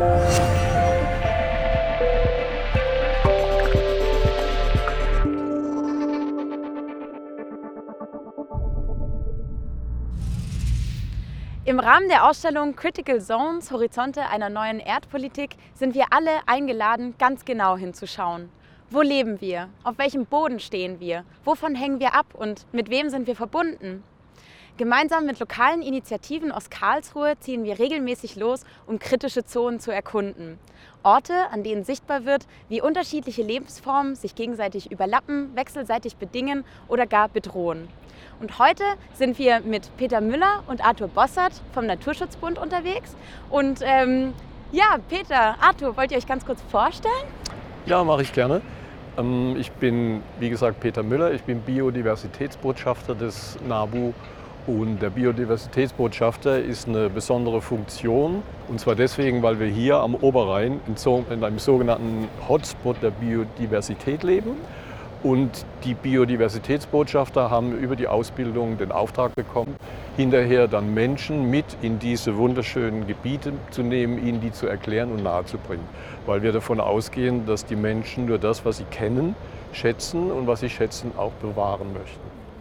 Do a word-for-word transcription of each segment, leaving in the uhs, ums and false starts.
Im Rahmen der Ausstellung Critical Zones – Horizonte einer neuen Erdpolitik sind wir alle eingeladen, ganz genau hinzuschauen. Wo leben wir? Auf welchem Boden stehen wir? Wovon hängen wir ab und mit wem sind wir verbunden? Gemeinsam mit lokalen Initiativen aus Karlsruhe ziehen wir regelmäßig los, um kritische Zonen zu erkunden. Orte, an denen sichtbar wird, wie unterschiedliche Lebensformen sich gegenseitig überlappen, wechselseitig bedingen oder gar bedrohen. Und heute sind wir mit Peter Müller und Arthur Bossert vom Naturschutzbund unterwegs. Und ähm, ja, Peter, Arthur, wollt ihr euch ganz kurz vorstellen? Ja, mache ich gerne. Ähm, ich bin, wie gesagt, Peter Müller. Ich bin Biodiversitätsbotschafter des NABU. Und der Biodiversitätsbotschafter ist eine besondere Funktion. Und zwar deswegen, weil wir hier am Oberrhein in, so, in einem sogenannten Hotspot der Biodiversität leben. Und die Biodiversitätsbotschafter haben über die Ausbildung den Auftrag bekommen, hinterher dann Menschen mit in diese wunderschönen Gebiete zu nehmen, ihnen die zu erklären und nahezubringen. Weil wir davon ausgehen, dass die Menschen nur das, was sie kennen, schätzen und was sie schätzen, auch bewahren möchten.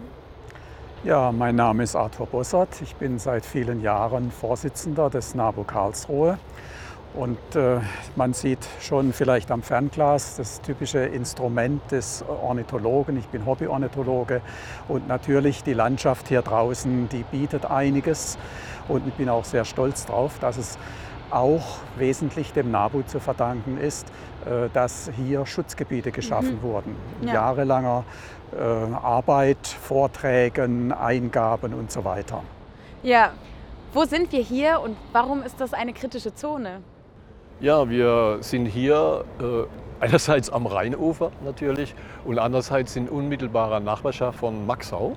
Ja, mein Name ist Arthur Bossert. Ich bin seit vielen Jahren Vorsitzender des NABU Karlsruhe. Und äh, man sieht schon vielleicht am Fernglas das typische Instrument des Ornithologen. Ich bin Hobbyornithologe und natürlich die Landschaft hier draußen, die bietet einiges. Und ich bin auch sehr stolz darauf, dass es auch wesentlich dem NABU zu verdanken ist, äh, dass hier Schutzgebiete geschaffen mhm. wurden. Ja. Jahrelanger äh, Arbeit, Vorträgen, Eingaben und so weiter. Ja, wo sind wir hier und warum ist das eine kritische Zone? Ja, wir sind hier äh, einerseits am Rheinufer natürlich und andererseits in unmittelbarer Nachbarschaft von Maxau.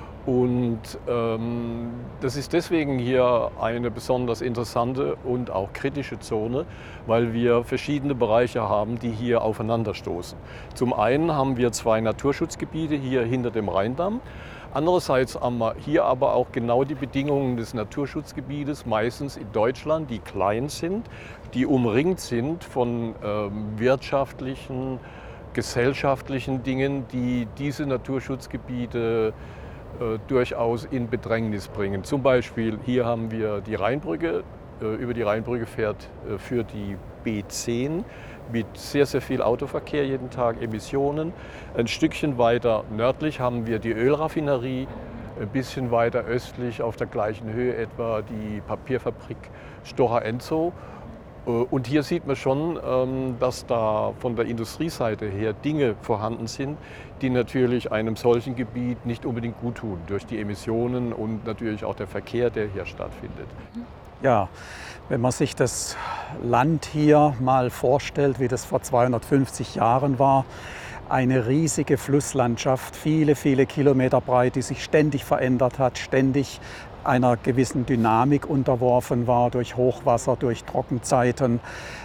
Und ähm, das ist deswegen hier eine besonders interessante und auch kritische Zone, weil wir verschiedene Bereiche haben, die hier aufeinanderstoßen. Zum einen haben wir zwei Naturschutzgebiete hier hinter dem Rheindamm. Andererseits haben wir hier aber auch genau die Bedingungen des Naturschutzgebietes, meistens in Deutschland, die klein sind, die umringt sind von ähm, wirtschaftlichen, gesellschaftlichen Dingen, die diese Naturschutzgebiete äh, durchaus in Bedrängnis bringen. Zum Beispiel hier haben wir die Rheinbrücke. Äh, über die Rheinbrücke fährt äh, für die B zehn mit sehr, sehr viel Autoverkehr jeden Tag, Emissionen. Ein Stückchen weiter nördlich haben wir die Ölraffinerie, ein bisschen weiter östlich auf der gleichen Höhe etwa die Papierfabrik Stocher-Enzo. Und hier sieht man schon, dass da von der Industrieseite her Dinge vorhanden sind, die natürlich einem solchen Gebiet nicht unbedingt gut tun, durch die Emissionen und natürlich auch der Verkehr, der hier stattfindet. Ja, wenn man sich das Land hier mal vorstellt, wie das vor zweihundertfünfzig Jahren war, eine riesige Flusslandschaft, viele, viele Kilometer breit, die sich ständig verändert hat, ständig einer gewissen Dynamik unterworfen war durch Hochwasser, durch Trockenzeiten,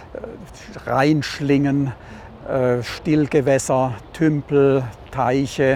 Rheinschlingen, Stillgewässer, Tümpel, Teiche,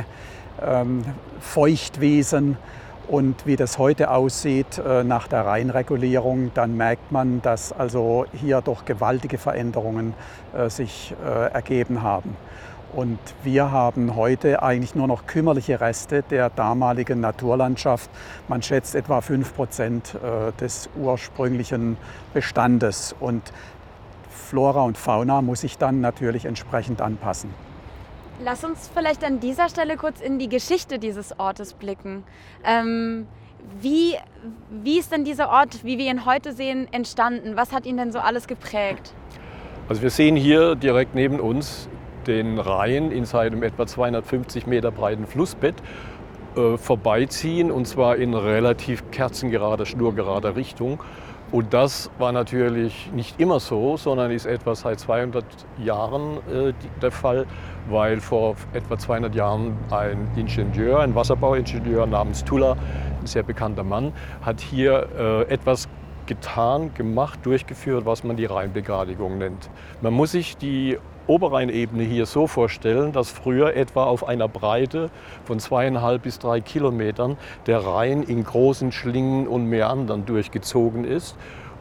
Feuchtwiesen. Und wie das heute aussieht nach der Rheinregulierung, dann merkt man, dass also hier doch gewaltige Veränderungen sich ergeben haben. Und wir haben heute eigentlich nur noch kümmerliche Reste der damaligen Naturlandschaft. Man schätzt etwa fünf Prozent des ursprünglichen Bestandes. Und Flora und Fauna muss sich dann natürlich entsprechend anpassen. Lass uns vielleicht an dieser Stelle kurz in die Geschichte dieses Ortes blicken. Ähm, wie, wie ist denn dieser Ort, wie wir ihn heute sehen, entstanden? Was hat ihn denn so alles geprägt? Also wir sehen hier direkt neben uns den Rhein in seinem etwa zweihundertfünfzig Meter breiten Flussbett äh, vorbeiziehen, und zwar in relativ kerzengerader, schnurgerader Richtung. Und das war natürlich nicht immer so, sondern ist etwa seit zweihundert Jahren äh, der Fall, weil vor etwa zweihundert Jahren ein Ingenieur, ein Wasserbauingenieur namens Tuller, ein sehr bekannter Mann, hat hier äh, etwas getan, gemacht, durchgeführt, was man die Rheinbegradigung nennt. Man muss sich die Oberrheinebene hier so vorstellen, dass früher etwa auf einer Breite von zweieinhalb bis drei Kilometern der Rhein in großen Schlingen und Mäandern durchgezogen ist.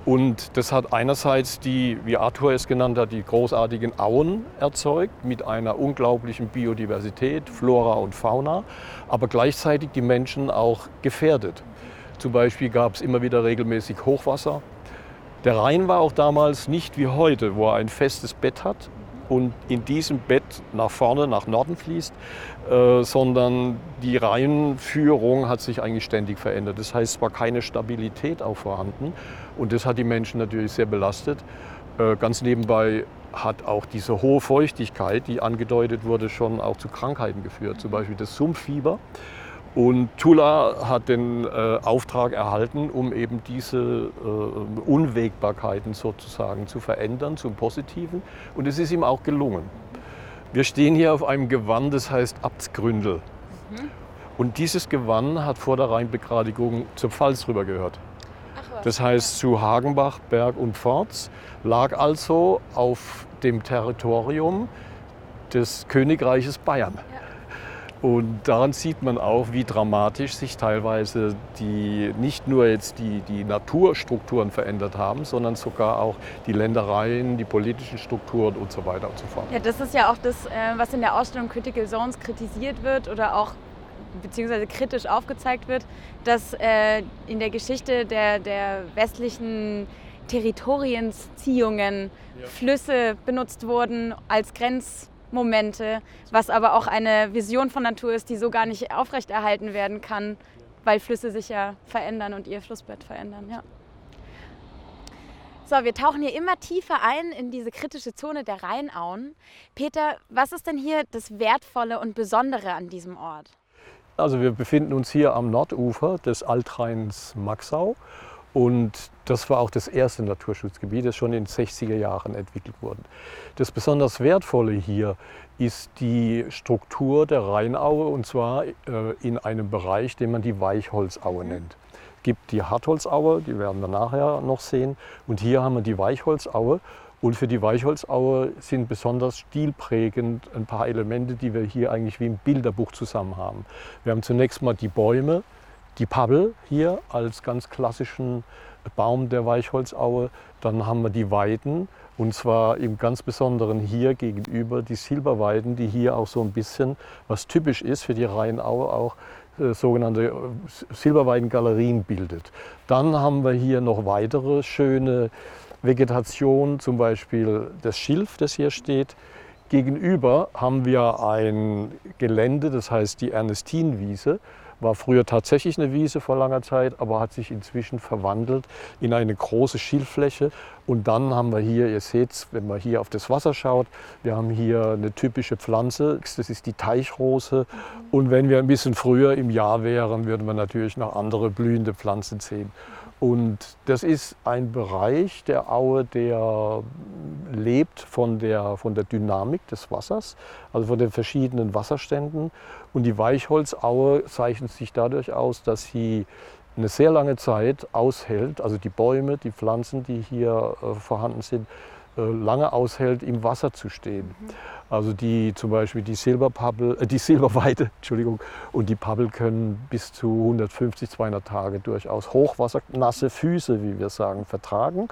Und das hat einerseits die, wie Arthur es genannt hat, die großartigen Auen erzeugt mit einer unglaublichen Biodiversität, Flora und Fauna, aber gleichzeitig die Menschen auch gefährdet. Zum Beispiel gab es immer wieder regelmäßig Hochwasser. Der Rhein war auch damals nicht wie heute, wo er ein festes Bett hat und in diesem Bett nach vorne, nach Norden fließt, äh, sondern die Rheinführung hat sich eigentlich ständig verändert. Das heißt, es war keine Stabilität auch vorhanden und das hat die Menschen natürlich sehr belastet. Äh, ganz nebenbei hat auch diese hohe Feuchtigkeit, die angedeutet wurde, schon auch zu Krankheiten geführt, zum Beispiel das Sumpffieber. Und Tula hat den äh, Auftrag erhalten, um eben diese äh, Unwägbarkeiten sozusagen zu verändern zum Positiven. Und es ist ihm auch gelungen. Wir stehen hier auf einem Gewann, das heißt Abtsgründel. Mhm. Und dieses Gewann hat vor der Rheinbegradigung zur Pfalz rüber gehört. Ach, das heißt zu Hagenbach, Berg und Pforz, lag also auf dem Territorium des Königreiches Bayern. Ja. Und daran sieht man auch, wie dramatisch sich teilweise die, nicht nur jetzt die, die Naturstrukturen verändert haben, sondern sogar auch die Ländereien, die politischen Strukturen und so weiter und so fort. Ja, das ist ja auch das, was in der Ausstellung Critical Zones kritisiert wird oder auch beziehungsweise kritisch aufgezeigt wird, dass äh, in der Geschichte der, der westlichen Territorienziehungen ja. Flüsse benutzt wurden als Grenz Momente, was aber auch eine Vision von Natur ist, die so gar nicht aufrechterhalten werden kann, weil Flüsse sich ja verändern und ihr Flussbett verändern. Ja. So, wir tauchen hier immer tiefer ein in diese kritische Zone der Rheinauen. Peter, was ist denn hier das Wertvolle und Besondere an diesem Ort? Also wir befinden uns hier am Nordufer des Altrheins Maxau. Und das war auch das erste Naturschutzgebiet, das schon in den sechziger Jahren entwickelt wurde. Das besonders Wertvolle hier ist die Struktur der Rheinaue, und zwar äh, in einem Bereich, den man die Weichholzaue nennt. Es gibt die Hartholzaue, die werden wir nachher noch sehen, und hier haben wir die Weichholzaue. Und für die Weichholzaue sind besonders stilprägend ein paar Elemente, die wir hier eigentlich wie im Bilderbuch zusammen haben. Wir haben zunächst mal die Bäume, die Pabbel hier als ganz klassischen Baum der Weichholzaue. Dann haben wir die Weiden, und zwar im ganz Besonderen hier gegenüber die Silberweiden, die hier auch so ein bisschen, was typisch ist für die Rheinaue, auch äh, sogenannte Silberweidengalerien bildet. Dann haben wir hier noch weitere schöne Vegetation, zum Beispiel das Schilf, das hier steht. Gegenüber haben wir ein Gelände, das heißt die Ernestinenwiese. War früher tatsächlich eine Wiese vor langer Zeit, aber hat sich inzwischen verwandelt in eine große Schilffläche. Und dann haben wir hier, ihr seht es, wenn man hier auf das Wasser schaut, wir haben hier eine typische Pflanze, das ist die Teichrose. Und wenn wir ein bisschen früher im Jahr wären, würden wir natürlich noch andere blühende Pflanzen sehen. Und das ist ein Bereich der Aue, der lebt von der, von der Dynamik des Wassers, also von den verschiedenen Wasserständen. Und die Weichholzaue zeichnet sich dadurch aus, dass sie eine sehr lange Zeit aushält, also die Bäume, die Pflanzen, die hier äh, vorhanden sind, äh, lange aushält, im Wasser zu stehen. Mhm. Also die, zum Beispiel die Silberpabbel, äh, die Silberweide, Entschuldigung, und die Pabbel können bis zu hundertfünfzig, zweihundert Tage durchaus hochwassernasse Füße, wie wir sagen, vertragen.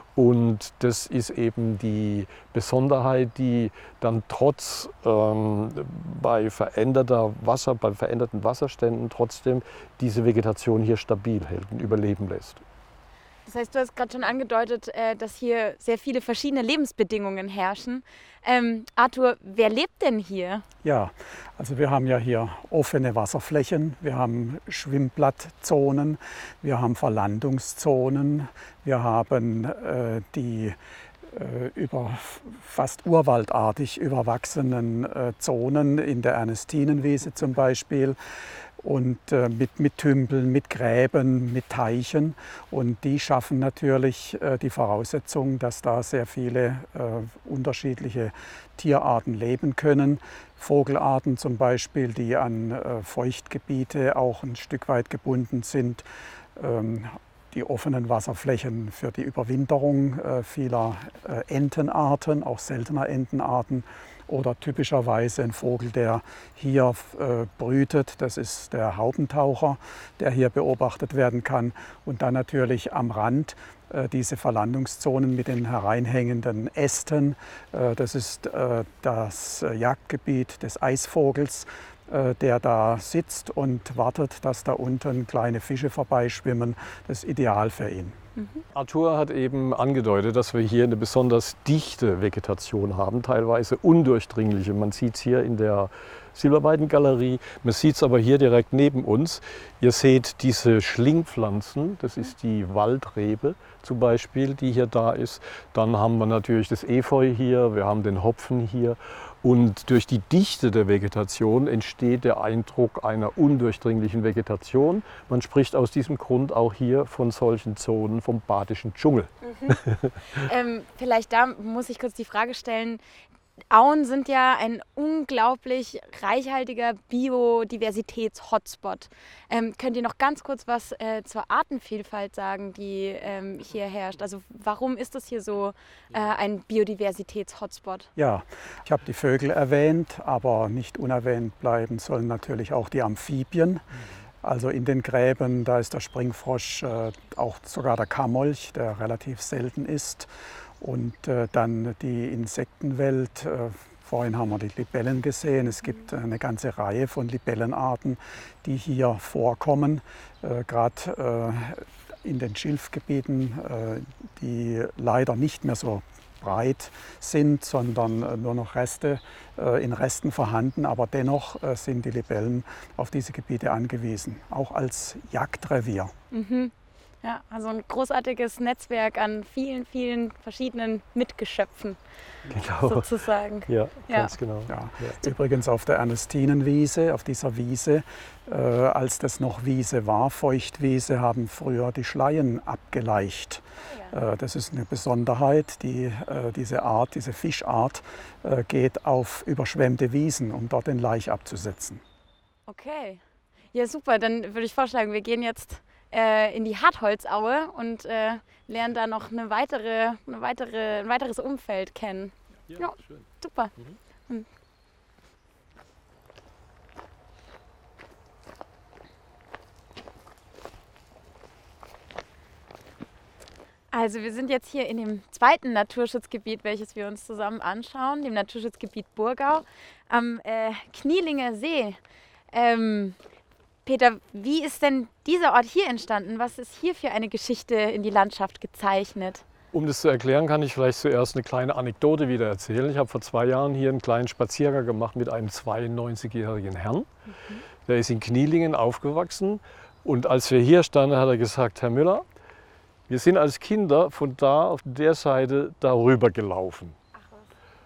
Und das ist eben die Besonderheit, die dann trotz ähm, bei veränderter Wasser, bei veränderten Wasserständen trotzdem diese Vegetation hier stabil hält und überleben lässt. Das heißt, du hast gerade schon angedeutet, dass hier sehr viele verschiedene Lebensbedingungen herrschen. Ähm, Arthur, wer lebt denn hier? Ja, also wir haben ja hier offene Wasserflächen, wir haben Schwimmblattzonen, wir haben Verlandungszonen, wir haben äh, die äh, über fast urwaldartig überwachsenen äh, Zonen in der Ernestinenwiese zum Beispiel. Und äh, mit, mit Tümpeln, mit Gräben, mit Teichen. Und die schaffen natürlich äh, die Voraussetzung, dass da sehr viele äh, unterschiedliche Tierarten leben können. Vogelarten zum Beispiel, die an äh, Feuchtgebiete auch ein Stück weit gebunden sind. Ähm, die offenen Wasserflächen für die Überwinterung äh, vieler äh, Entenarten, auch seltener Entenarten. Oder typischerweise ein Vogel, der hier äh, brütet, das ist der Haubentaucher, der hier beobachtet werden kann. Und dann natürlich am Rand äh, diese Verlandungszonen mit den hereinhängenden Ästen. Äh, das ist äh, das Jagdgebiet des Eisvogels, äh, der da sitzt und wartet, dass da unten kleine Fische vorbeischwimmen. Das ist ideal für ihn. Arthur hat eben angedeutet, dass wir hier eine besonders dichte Vegetation haben, teilweise undurchdringliche. Man sieht es hier in der Silberweidengalerie, man sieht es aber hier direkt neben uns. Ihr seht diese Schlingpflanzen, das ist die Waldrebe zum Beispiel, die hier da ist. Dann haben wir natürlich das Efeu hier, wir haben den Hopfen hier. Und durch die Dichte der Vegetation entsteht der Eindruck einer undurchdringlichen Vegetation. Man spricht aus diesem Grund auch hier von solchen Zonen vom badischen Dschungel. Mhm. ähm, vielleicht da muss ich kurz die Frage stellen, Auen sind ja ein unglaublich reichhaltiger Biodiversitäts-Hotspot. Ähm, könnt ihr noch ganz kurz was äh, zur Artenvielfalt sagen, die ähm, hier herrscht? Also warum ist das hier so äh, ein Biodiversitäts-Hotspot? Ja, ich habe die Vögel erwähnt, aber nicht unerwähnt bleiben sollen natürlich auch die Amphibien. Also in den Gräben, da ist der Springfrosch, äh, auch sogar der Kammolch, der relativ selten ist. Und äh, dann die Insektenwelt. Äh, vorhin haben wir die Libellen gesehen. Es gibt eine ganze Reihe von Libellenarten, die hier vorkommen. Äh, Gerade äh, in den Schilfgebieten, äh, die leider nicht mehr so breit sind, sondern äh, nur noch Reste äh, in Resten vorhanden. Aber dennoch äh, sind die Libellen auf diese Gebiete angewiesen, auch als Jagdrevier. Mhm. Ja, also ein großartiges Netzwerk an vielen, vielen verschiedenen Mitgeschöpfen, Genau. sozusagen. Ja, Ja. ganz genau. Ja. Ja. Übrigens auf der Ernestinenwiese, auf dieser Wiese, äh, als das noch Wiese war, Feuchtwiese, haben früher die Schleien abgeleicht. Äh, das ist eine Besonderheit. Die, äh, diese Art, diese Fischart äh, geht auf überschwemmte Wiesen, um dort den Laich abzusetzen. Okay, ja super, dann würde ich vorschlagen, wir gehen jetzt äh, in die Hartholzaue und äh, lernen da noch eine weitere, eine weitere, ein weiteres Umfeld kennen. Ja, Ja. schön. Super. Mhm. Also wir sind jetzt hier in dem zweiten Naturschutzgebiet, welches wir uns zusammen anschauen, dem Naturschutzgebiet Burgau am äh, Knielinger See. Ähm, Peter, wie ist denn dieser Ort hier entstanden? Was ist hier für eine Geschichte in die Landschaft gezeichnet? Um das zu erklären, kann ich vielleicht zuerst eine kleine Anekdote wieder erzählen. Ich habe vor zwei Jahren hier einen kleinen Spaziergang gemacht mit einem zweiundneunzigjährigen Herrn. Mhm. Der ist in Knielingen aufgewachsen. Und als wir hier standen, hat er gesagt, Herr Müller, wir sind als Kinder von da auf der Seite darüber gelaufen. Ach was.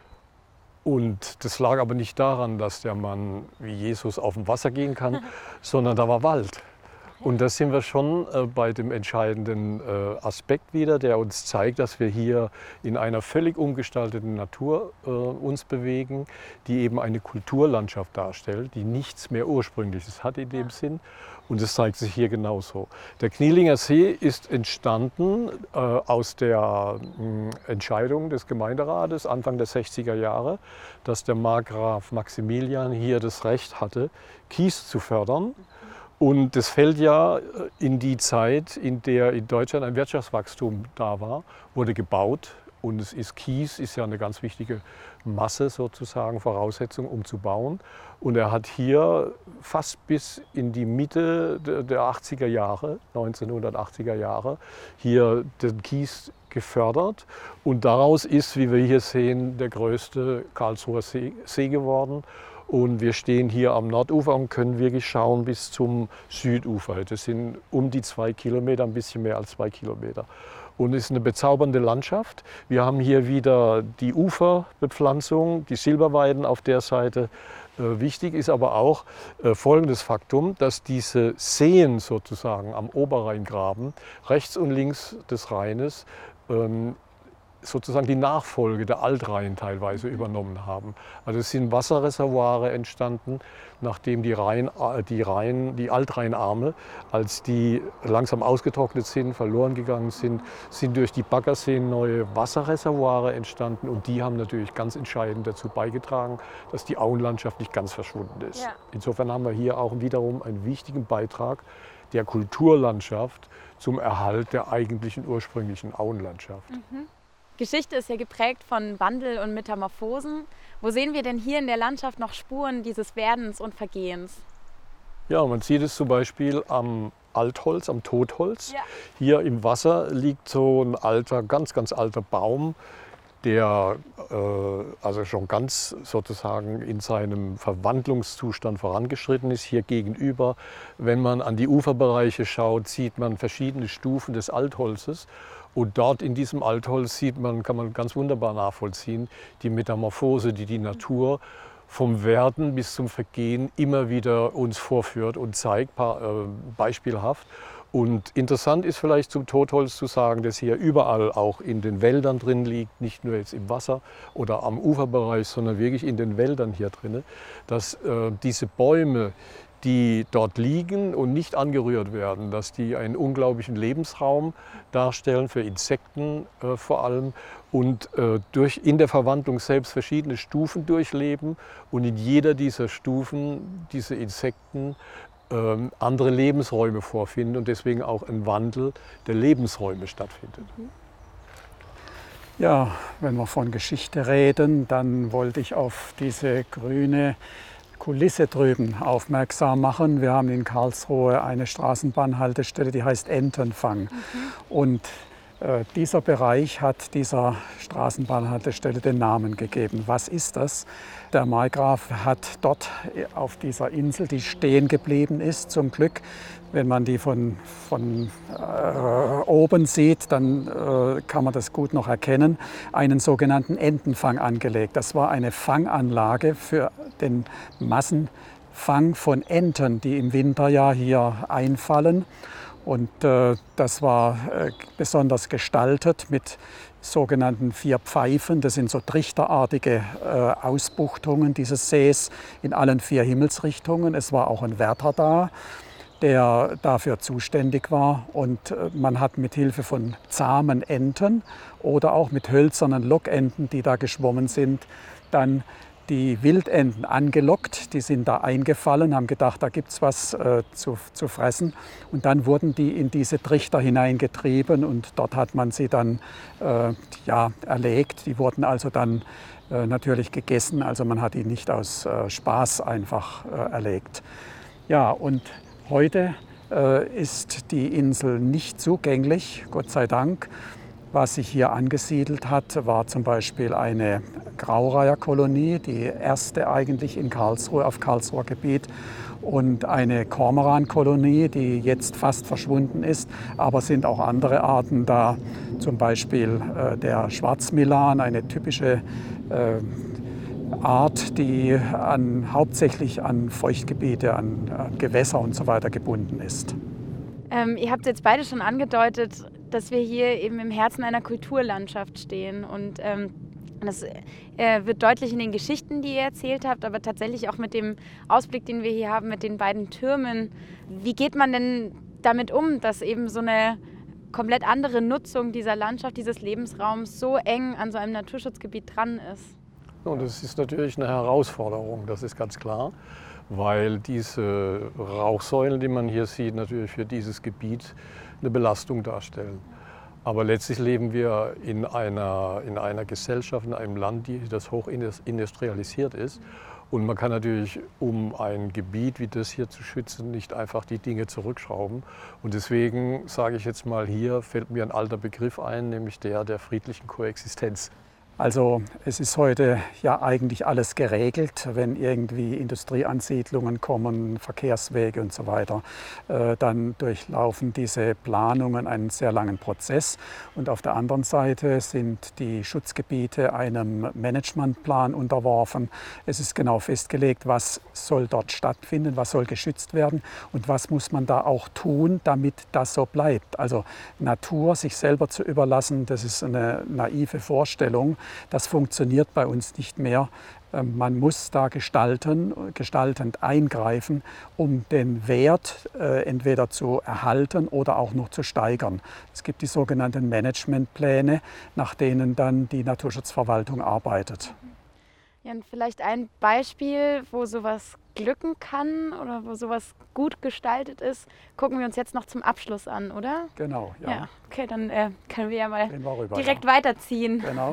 Und das lag aber nicht daran, dass der Mann wie Jesus auf dem Wasser gehen kann, sondern da war Wald. Und da sind wir schon äh, bei dem entscheidenden äh, Aspekt wieder, der uns zeigt, dass wir hier in einer völlig umgestalteten Natur äh, uns bewegen, die eben eine Kulturlandschaft darstellt, die nichts mehr Ursprüngliches hat in dem ja. Sinn. Und das zeigt sich hier genauso. Der Knielinger See ist entstanden äh, aus der mh, Entscheidung des Gemeinderates Anfang der sechziger Jahre, dass der Markgraf Maximilian hier das Recht hatte, Kies zu fördern. Und das fällt ja in die Zeit, in der in Deutschland ein Wirtschaftswachstum da war, wurde gebaut. Und es ist Kies, ist ja eine ganz wichtige Masse sozusagen, Voraussetzung, um zu bauen. Und er hat hier fast bis in die Mitte der achtziger Jahre, neunzehnhundertachtziger Jahre, hier den Kies gefördert. Und daraus ist, wie wir hier sehen, der größte Karlsruher See, See geworden. Und wir stehen hier am Nordufer und können wirklich schauen bis zum Südufer. Das sind um die zwei Kilometer, ein bisschen mehr als zwei Kilometer. Und es ist eine bezaubernde Landschaft. Wir haben hier wieder die Uferbepflanzung, die Silberweiden auf der Seite. Äh, wichtig ist aber auch äh, folgendes Faktum, dass diese Seen sozusagen am Oberrheingraben, rechts und links des Rheines, ähm, sozusagen die Nachfolge der Altrhein teilweise übernommen haben. Also es sind Wasserreservoire entstanden, nachdem die, Rhein, die, Rhein, die Altrheinarme, als die langsam ausgetrocknet sind, verloren gegangen sind, sind durch die Baggerseen neue Wasserreservoire entstanden und die haben natürlich ganz entscheidend dazu beigetragen, dass die Auenlandschaft nicht ganz verschwunden ist. Ja. Insofern haben wir hier auch wiederum einen wichtigen Beitrag der Kulturlandschaft zum Erhalt der eigentlichen ursprünglichen Auenlandschaft. Mhm. Geschichte ist ja geprägt von Wandel und Metamorphosen. Wo sehen wir denn hier in der Landschaft noch Spuren dieses Werdens und Vergehens? Ja, man sieht es zum Beispiel am Altholz, am Totholz. Ja. Hier im Wasser liegt so ein alter, ganz, ganz alter Baum, der äh, also schon ganz sozusagen in seinem Verwandlungszustand vorangeschritten ist. Hier gegenüber, wenn man an die Uferbereiche schaut, sieht man verschiedene Stufen des Altholzes. Und dort in diesem Altholz sieht man, kann man ganz wunderbar nachvollziehen, die Metamorphose, die die Natur vom Werden bis zum Vergehen immer wieder uns vorführt und zeigt, äh, beispielhaft. Und interessant ist vielleicht zum Totholz zu sagen, dass hier überall auch in den Wäldern drin liegt, nicht nur jetzt im Wasser oder am Uferbereich, sondern wirklich in den Wäldern hier drin, dass äh, diese Bäume, die dort liegen und nicht angerührt werden, dass die einen unglaublichen Lebensraum darstellen für Insekten äh, vor allem und äh, durch, in der Verwandlung selbst verschiedene Stufen durchleben und in jeder dieser Stufen diese Insekten ähm, andere Lebensräume vorfinden und deswegen auch ein Wandel der Lebensräume stattfindet. Ja, wenn wir von Geschichte reden, dann wollte ich auf diese grüne Kulisse drüben aufmerksam machen. Wir haben in Karlsruhe eine Straßenbahnhaltestelle, die heißt Entenfang. Mhm. Und äh, dieser Bereich hat dieser Straßenbahnhaltestelle den Namen gegeben. Was ist das? Der Markgraf hat dort auf dieser Insel, die stehen geblieben ist, zum Glück, wenn man die von, von äh, oben sieht, dann äh, kann man das gut noch erkennen, einen sogenannten Entenfang angelegt. Das war eine Fanganlage für den Massenfang von Enten, die im Winter ja hier einfallen. Und äh, das war äh, besonders gestaltet mit sogenannten vier Pfeifen. Das sind so trichterartige äh, Ausbuchtungen dieses Sees in allen vier Himmelsrichtungen. Es war auch ein Wärter da, der dafür zuständig war. Und man hat mit Hilfe von zahmen Enten oder auch mit hölzernen Lockenten, die da geschwommen sind, dann die Wildenten angelockt. Die sind da eingefallen, haben gedacht, da gibt es was äh, zu, zu fressen. Und dann wurden die in diese Trichter hineingetrieben und dort hat man sie dann äh, ja, erlegt. Die wurden also dann äh, natürlich gegessen, also man hat die nicht aus äh, Spaß einfach äh, erlegt. Ja, und heute äh, ist die Insel nicht zugänglich, Gott sei Dank. Was sich hier angesiedelt hat, war zum Beispiel eine Graureiherkolonie, die erste eigentlich in Karlsruhe, auf Karlsruher Gebiet, und eine Kormorankolonie, die jetzt fast verschwunden ist. Aber es sind auch andere Arten da, zum Beispiel äh, der Schwarzmilan, eine typische äh, Art, die an, hauptsächlich an Feuchtgebiete, an, an Gewässer und so weiter gebunden ist. Ähm, ihr habt jetzt beide schon angedeutet, dass wir hier eben im Herzen einer Kulturlandschaft stehen. Und ähm, das äh, wird deutlich in den Geschichten, die ihr erzählt habt, aber tatsächlich auch mit dem Ausblick, den wir hier haben, mit den beiden Türmen. Wie geht man denn damit um, dass eben so eine komplett andere Nutzung dieser Landschaft, dieses Lebensraums so eng an so einem Naturschutzgebiet dran ist? Und das ist natürlich eine Herausforderung, das ist ganz klar, weil diese Rauchsäulen, die man hier sieht, natürlich für dieses Gebiet eine Belastung darstellen. Aber letztlich leben wir in einer, in einer Gesellschaft, in einem Land, die, das hoch industrialisiert ist. Und man kann natürlich, um ein Gebiet wie das hier zu schützen, nicht einfach die Dinge zurückschrauben. Und deswegen sage ich jetzt mal, hier fällt mir ein alter Begriff ein, nämlich der der friedlichen Koexistenz. Also es ist heute ja eigentlich alles geregelt, wenn irgendwie Industrieansiedlungen kommen, Verkehrswege und so weiter, äh, dann durchlaufen diese Planungen einen sehr langen Prozess. Und auf der anderen Seite sind die Schutzgebiete einem Managementplan unterworfen. Es ist genau festgelegt, was soll dort stattfinden, was soll geschützt werden und was muss man da auch tun, damit das so bleibt. Also Natur sich selber zu überlassen, das ist eine naive Vorstellung. Das funktioniert bei uns nicht mehr. Man muss da gestalten, gestaltend eingreifen, um den Wert äh, entweder zu erhalten oder auch noch zu steigern. Es gibt die sogenannten Managementpläne, nach denen dann die Naturschutzverwaltung arbeitet. Ja, und vielleicht ein Beispiel, wo sowas beglücken kann oder wo sowas gut gestaltet ist, gucken wir uns jetzt noch zum Abschluss an, oder? Genau, ja. Ja, okay, dann äh, können wir ja mal Gehen wir rüber, direkt ja. weiterziehen. Genau.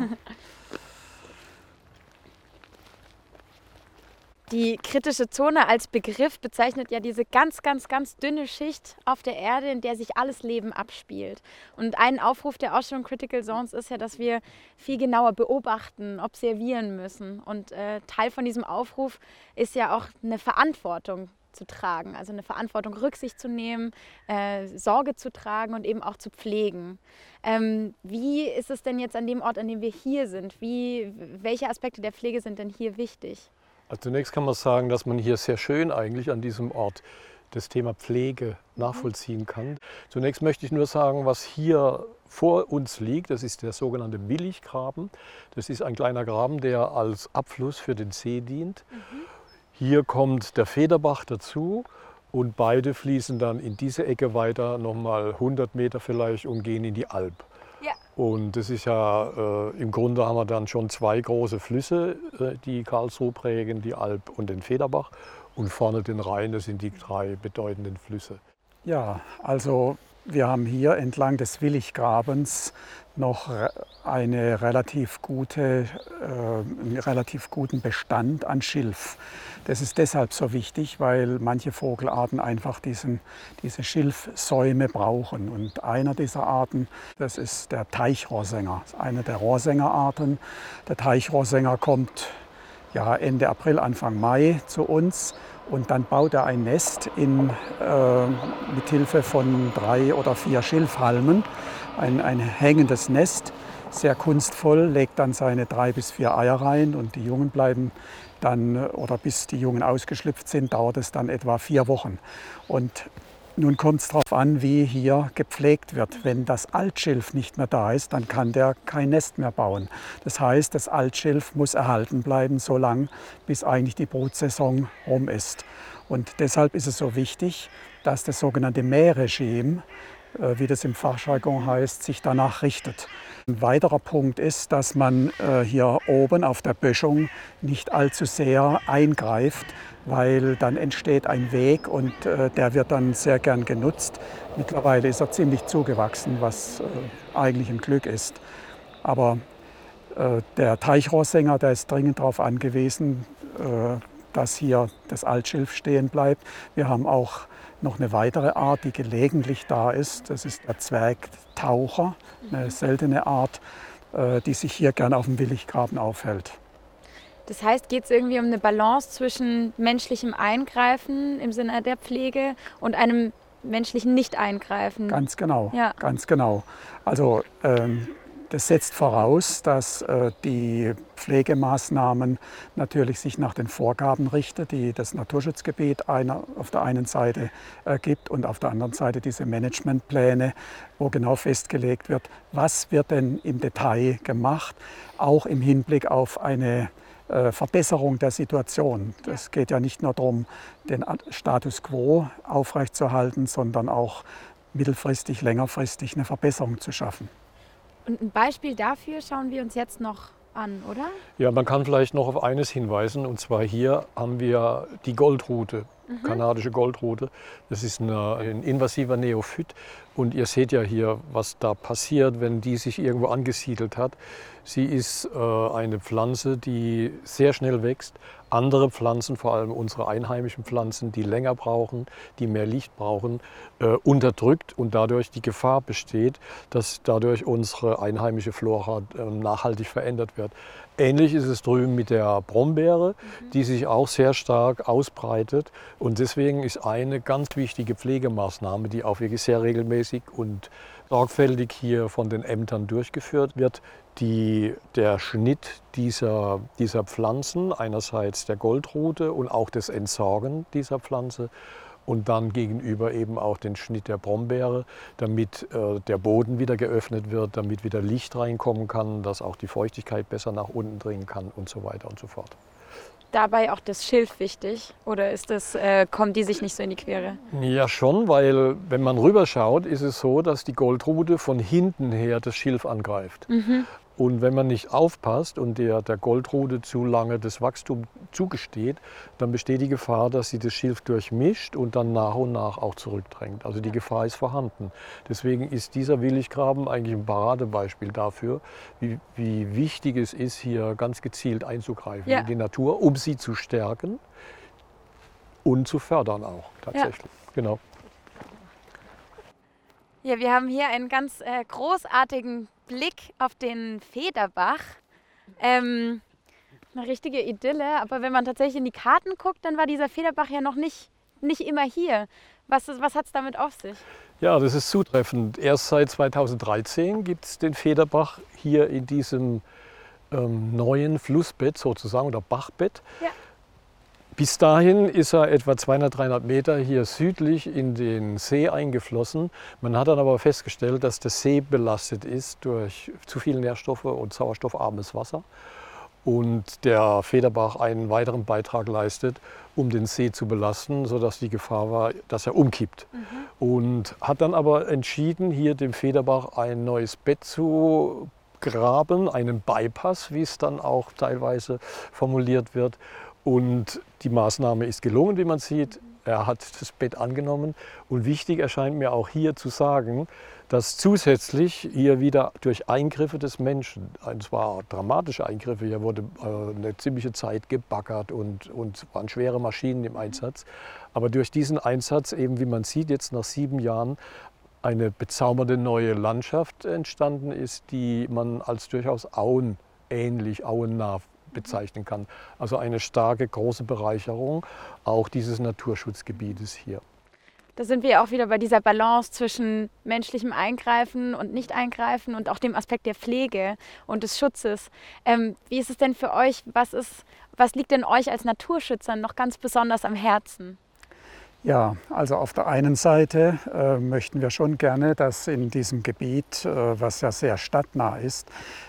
Die kritische Zone als Begriff bezeichnet ja diese ganz, ganz, ganz dünne Schicht auf der Erde, in der sich alles Leben abspielt. Und ein Aufruf der Ausstellung Critical Zones ist ja, dass wir viel genauer beobachten, observieren müssen. Und äh, Teil von diesem Aufruf ist ja auch eine Verantwortung zu tragen, also eine Verantwortung, Rücksicht zu nehmen, äh, Sorge zu tragen und eben auch zu pflegen. Ähm, wie ist es denn jetzt an dem Ort, an dem wir hier sind? Wie, welche Aspekte der Pflege sind denn hier wichtig? Also zunächst kann man sagen, dass man hier sehr schön eigentlich an diesem Ort das Thema Pflege nachvollziehen kann. Zunächst möchte ich nur sagen, was hier vor uns liegt, das ist der sogenannte Willichgraben. Das ist ein kleiner Graben, der als Abfluss für den See dient. Mhm. Hier kommt der Federbach dazu und beide fließen dann in diese Ecke weiter, nochmal hundert Meter vielleicht, und gehen in die Alp. Ja. Und das ist ja, äh, im Grunde haben wir dann schon zwei große Flüsse, äh, die Karlsruhe prägen, die Alp und den Federbach. Und vorne den Rhein, das sind die drei bedeutenden Flüsse. Ja, also wir haben hier entlang des Willichgrabens noch eine relativ gute, äh, einen relativ guten Bestand an Schilf. Das ist deshalb so wichtig, weil manche Vogelarten einfach diesen, diese Schilfsäume brauchen. Und einer dieser Arten, das ist der Teichrohrsänger, das ist eine der Rohrsängerarten. Der Teichrohrsänger kommt ja, Ende April, Anfang Mai zu uns. Und dann baut er ein Nest in, äh, mit Hilfe von drei oder vier Schilfhalmen, ein, ein hängendes Nest, sehr kunstvoll, legt dann seine drei bis vier Eier rein und die Jungen bleiben dann, oder bis die Jungen ausgeschlüpft sind, dauert es dann etwa vier Wochen. Und nun kommt es darauf an, wie hier gepflegt wird. Wenn das Altschilf nicht mehr da ist, dann kann der kein Nest mehr bauen. Das heißt, das Altschilf muss erhalten bleiben, so lange, bis eigentlich die Brutsaison rum ist. Und deshalb ist es so wichtig, dass das sogenannte Mähregime, wie das im Fachjargon heißt, sich danach richtet. Ein weiterer Punkt ist, dass man hier oben auf der Böschung nicht allzu sehr eingreift, weil dann entsteht ein Weg und der wird dann sehr gern genutzt. Mittlerweile ist er ziemlich zugewachsen, was eigentlich ein Glück ist. Aber der Teichrohrsänger, der ist dringend darauf angewiesen, dass hier das Altschilf stehen bleibt. Wir haben auch noch eine weitere Art, die gelegentlich da ist. Das ist der Zwergtaucher, eine seltene Art, die sich hier gern auf dem Willichgraben aufhält. Das heißt, geht es irgendwie um eine Balance zwischen menschlichem Eingreifen im Sinne der Pflege und einem menschlichen Nicht-Eingreifen? Ganz genau, ja. ganz genau. Also ähm, das setzt voraus, dass äh, die Pflegemaßnahmen natürlich sich nach den Vorgaben richten, die das Naturschutzgebiet einer, auf der einen Seite äh, gibt und auf der anderen Seite diese Managementpläne, wo genau festgelegt wird, was wird denn im Detail gemacht, auch im Hinblick auf eine äh, Verbesserung der Situation. Es geht ja nicht nur darum, den Status quo aufrechtzuerhalten, sondern auch mittelfristig, längerfristig eine Verbesserung zu schaffen. Und ein Beispiel dafür schauen wir uns jetzt noch an, oder? Ja, man kann vielleicht noch auf eines hinweisen, und zwar hier haben wir die Goldrute, mhm. kanadische Goldrute. Das ist eine, ein invasiver Neophyt und ihr seht ja hier, was da passiert, wenn die sich irgendwo angesiedelt hat. Sie ist äh, eine Pflanze, die sehr schnell wächst. Andere Pflanzen, vor allem unsere einheimischen Pflanzen, die länger brauchen, die mehr Licht brauchen, äh, unterdrückt und dadurch die Gefahr besteht, dass dadurch unsere einheimische Flora äh, nachhaltig verändert wird. Ähnlich ist es drüben mit der Brombeere, mhm. die sich auch sehr stark ausbreitet. Und deswegen ist eine ganz wichtige Pflegemaßnahme, die auch wirklich sehr regelmäßig und sorgfältig hier von den Ämtern durchgeführt wird, die, der Schnitt dieser, dieser Pflanzen, einerseits der Goldrute und auch das Entsorgen dieser Pflanze und dann gegenüber eben auch den Schnitt der Brombeere, damit äh, der Boden wieder geöffnet wird, damit wieder Licht reinkommen kann, dass auch die Feuchtigkeit besser nach unten dringen kann und so weiter und so fort. Dabei auch das Schilf wichtig? Oder ist das, äh, kommen die sich nicht so in die Quere? Ja schon, weil wenn man rüberschaut, ist es so, dass die Goldrute von hinten her das Schilf angreift. Mhm. Und wenn man nicht aufpasst und der, der Goldrute zu lange das Wachstum zugesteht, dann besteht die Gefahr, dass sie das Schilf durchmischt und dann nach und nach auch zurückdrängt. Also die Gefahr ist vorhanden. Deswegen ist dieser Williggraben eigentlich ein Paradebeispiel dafür, wie, wie wichtig es ist, hier ganz gezielt einzugreifen ja. in die Natur, um sie zu stärken und zu fördern auch tatsächlich. Ja. Genau. Ja, wir haben hier einen ganz äh, großartigen Blick auf den Federbach. Ähm, eine richtige Idylle, aber wenn man tatsächlich in die Karten guckt, dann war dieser Federbach ja noch nicht, nicht immer hier. Was, was hat es damit auf sich? Ja, das ist zutreffend. Erst seit zweitausenddreizehn gibt es den Federbach hier in diesem ähm, neuen Flussbett sozusagen oder Bachbett. Ja. Bis dahin ist er etwa zweihundert, dreihundert Meter hier südlich in den See eingeflossen. Man hat dann aber festgestellt, dass der See belastet ist durch zu viele Nährstoffe und sauerstoffarmes Wasser. Und der Federbach einen weiteren Beitrag leistet, um den See zu belasten, sodass die Gefahr war, dass er umkippt. Mhm. Und hat dann aber entschieden, hier dem Federbach ein neues Bett zu graben, einen Bypass, wie es dann auch teilweise formuliert wird. Und die Maßnahme ist gelungen, wie man sieht. Er hat das Bett angenommen. Und wichtig erscheint mir auch hier zu sagen, dass zusätzlich hier wieder durch Eingriffe des Menschen, und zwar dramatische Eingriffe, hier wurde äh, eine ziemliche Zeit gebaggert und, und waren schwere Maschinen im Einsatz. Aber durch diesen Einsatz, eben wie man sieht, jetzt nach sieben Jahren, eine bezaubernde neue Landschaft entstanden ist, die man als durchaus auenähnlich, auennah bezeichnen kann. Also eine starke, große Bereicherung auch dieses Naturschutzgebietes hier. Da sind wir auch wieder bei dieser Balance zwischen menschlichem Eingreifen und Nicht-Eingreifen und auch dem Aspekt der Pflege und des Schutzes. Ähm, wie ist es denn für euch? Was ist, was liegt denn euch als Naturschützern noch ganz besonders am Herzen? Ja, also auf der einen Seite äh, möchten wir schon gerne, dass in diesem Gebiet, äh, was ja sehr stadtnah ist,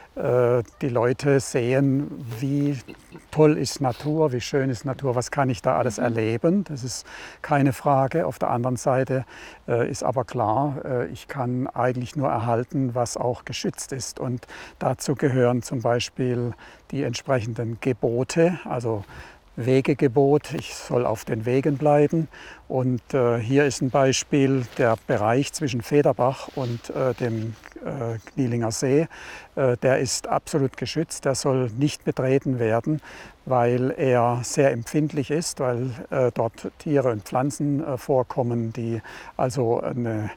die Leute sehen, wie toll ist Natur, wie schön ist Natur, was kann ich da alles erleben. Das ist keine Frage. Auf der anderen Seite äh, ist aber klar, äh, ich kann eigentlich nur erhalten, was auch geschützt ist. Und dazu gehören zum Beispiel die entsprechenden Gebote, also Wegegebot, ich soll auf den Wegen bleiben. Und äh, hier ist ein Beispiel der Bereich zwischen Federbach und äh, dem äh, Knielinger See. Äh, der ist absolut geschützt, der soll nicht betreten werden, weil er sehr empfindlich ist, weil äh, dort Tiere und Pflanzen äh, vorkommen, die also eine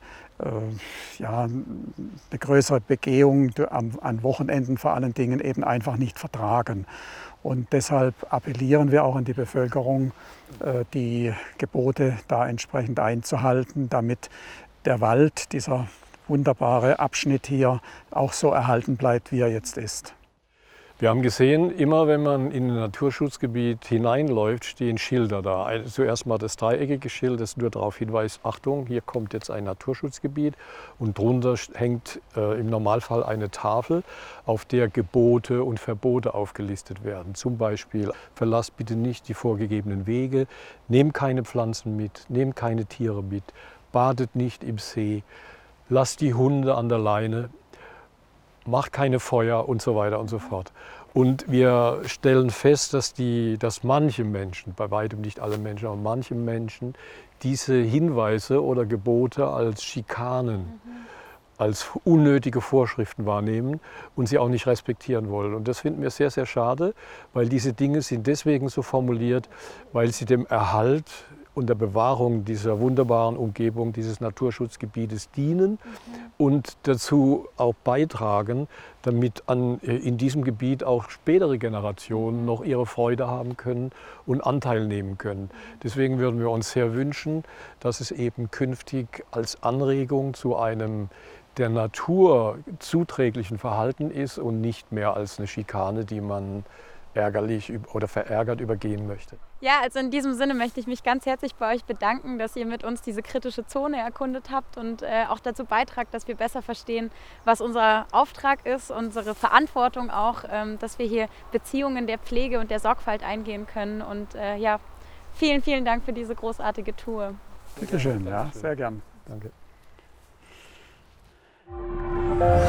ja, eine größere Begehung an Wochenenden vor allen Dingen eben einfach nicht vertragen. Und deshalb appellieren wir auch an die Bevölkerung, die Gebote da entsprechend einzuhalten, damit der Wald, dieser wunderbare Abschnitt hier, auch so erhalten bleibt, wie er jetzt ist. Wir haben gesehen, immer wenn man in ein Naturschutzgebiet hineinläuft, stehen Schilder da. Zuerst mal das dreieckige Schild, das nur darauf hinweist, Achtung, hier kommt jetzt ein Naturschutzgebiet. Und drunter hängt äh, im Normalfall eine Tafel, auf der Gebote und Verbote aufgelistet werden. Zum Beispiel, verlasst bitte nicht die vorgegebenen Wege, nehmt keine Pflanzen mit, nehmt keine Tiere mit, badet nicht im See, lasst die Hunde an der Leine, macht keine Feuer und so weiter und so fort. Und wir stellen fest, dass, die, dass manche Menschen, bei weitem nicht alle Menschen, aber manche Menschen diese Hinweise oder Gebote als Schikanen, mhm. als unnötige Vorschriften wahrnehmen und sie auch nicht respektieren wollen. Und das finden wir sehr, sehr schade, weil diese Dinge sind deswegen so formuliert, weil sie dem Erhalt und der Bewahrung dieser wunderbaren Umgebung, dieses Naturschutzgebietes dienen mhm. und dazu auch beitragen, damit an, in diesem Gebiet auch spätere Generationen noch ihre Freude haben können und Anteil nehmen können. Deswegen würden wir uns sehr wünschen, dass es eben künftig als Anregung zu einem der Natur zuträglichen Verhalten ist und nicht mehr als eine Schikane, die man ärgerlich oder verärgert übergehen möchte. Ja, also in diesem Sinne möchte ich mich ganz herzlich bei euch bedanken, dass ihr mit uns diese kritische Zone erkundet habt und äh, auch dazu beitragt, dass wir besser verstehen, was unser Auftrag ist, unsere Verantwortung auch, ähm, dass wir hier Beziehungen der Pflege und der Sorgfalt eingehen können. Und äh, ja, vielen, vielen Dank für diese großartige Tour. Bitte schön, ja, sehr gern. Danke.